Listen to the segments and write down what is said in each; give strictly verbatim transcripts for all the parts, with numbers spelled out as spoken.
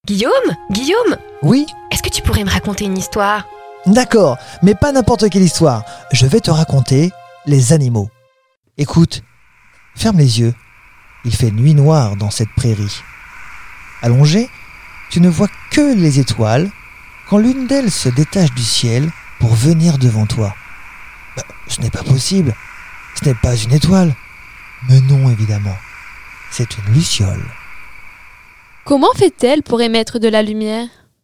Guillaume Guillaume Oui ? Est-ce que tu pourrais me raconter une histoire ? D'accord, mais pas n'importe quelle histoire. Je vais te raconter les animaux. Écoute, ferme les yeux. Il fait nuit noire dans cette prairie. Allongé, tu ne vois que les étoiles quand l'une d'elles se détache du ciel pour venir devant toi. Bah, ce n'est pas possible. Ce n'est pas une étoile. Mais non, évidemment. C'est une luciole. Comment fait-elle pour émettre de la lumière ?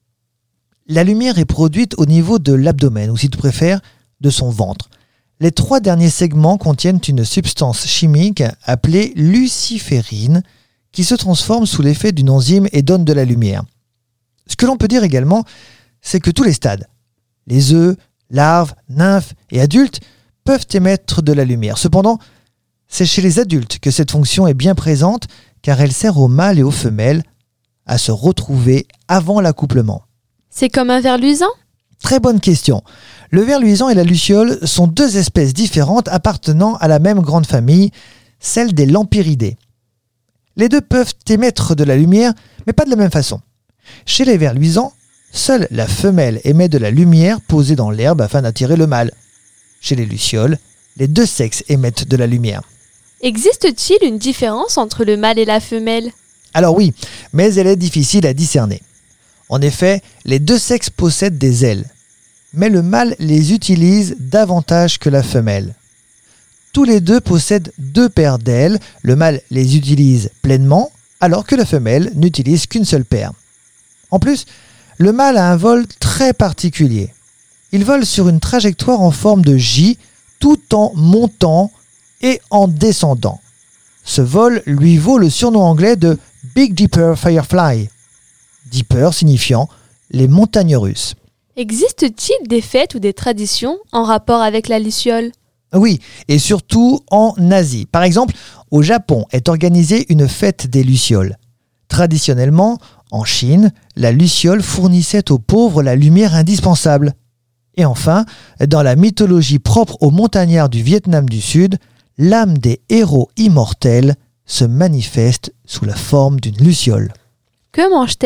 La lumière est produite au niveau de l'abdomen, ou si tu préfères, de son ventre. Les trois derniers segments contiennent une substance chimique appelée luciférine qui se transforme sous l'effet d'une enzyme et donne de la lumière. Ce que l'on peut dire également, c'est que tous les stades, les œufs, larves, nymphes et adultes, peuvent émettre de la lumière. Cependant, c'est chez les adultes que cette fonction est bien présente car elle sert aux mâles et aux femelles à se retrouver avant l'accouplement. C'est comme un ver luisant ? Très bonne question. Le ver luisant et la luciole sont deux espèces différentes appartenant à la même grande famille, celle des lampiridés. Les deux peuvent émettre de la lumière, mais pas de la même façon. Chez les vers luisants, seule la femelle émet de la lumière posée dans l'herbe afin d'attirer le mâle. Chez les lucioles, les deux sexes émettent de la lumière. Existe-t-il une différence entre le mâle et la femelle ? Alors oui, mais elle est difficile à discerner. En effet, les deux sexes possèdent des ailes, mais le mâle les utilise davantage que la femelle. Tous les deux possèdent deux paires d'ailes, le mâle les utilise pleinement, alors que la femelle n'utilise qu'une seule paire. En plus, le mâle a un vol très particulier. Il vole sur une trajectoire en forme de J, tout en montant et en descendant. Ce vol lui vaut le surnom anglais de Big Dipper Firefly. Dipper signifiant les montagnes russes. Existe-t-il des fêtes ou des traditions en rapport avec la luciole ? Oui, et surtout en Asie. Par exemple, au Japon est organisée une fête des lucioles. Traditionnellement, en Chine, la luciole fournissait aux pauvres la lumière indispensable. Et enfin, dans la mythologie propre aux montagnards du Vietnam du Sud, l'âme des héros immortels se manifeste sous la forme d'une luciole. Que mange-t-elle ?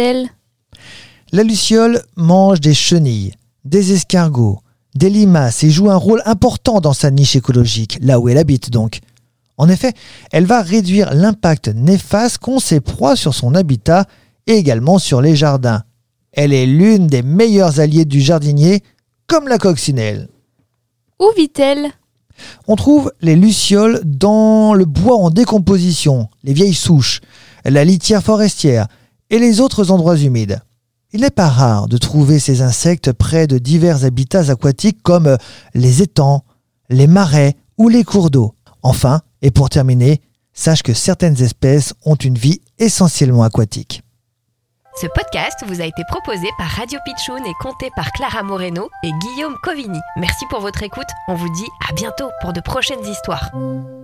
La luciole mange des chenilles, des escargots, des limaces et joue un rôle important dans sa niche écologique, là où elle habite donc. En effet, elle va réduire l'impact néfaste qu'ont ses proies sur son habitat et également sur les jardins. Elle est l'une des meilleures alliées du jardinier, comme la coccinelle. Où vit-elle ? On trouve les lucioles dans le bois en décomposition, les vieilles souches, la litière forestière et les autres endroits humides. Il n'est pas rare de trouver ces insectes près de divers habitats aquatiques comme les étangs, les marais ou les cours d'eau. Enfin, et pour terminer, sache que certaines espèces ont une vie essentiellement aquatique. Ce podcast vous a été proposé par Radio Pitchoun et compté par Clara Moreno et Guillaume Covini. Merci pour votre écoute. On vous dit à bientôt pour de prochaines histoires.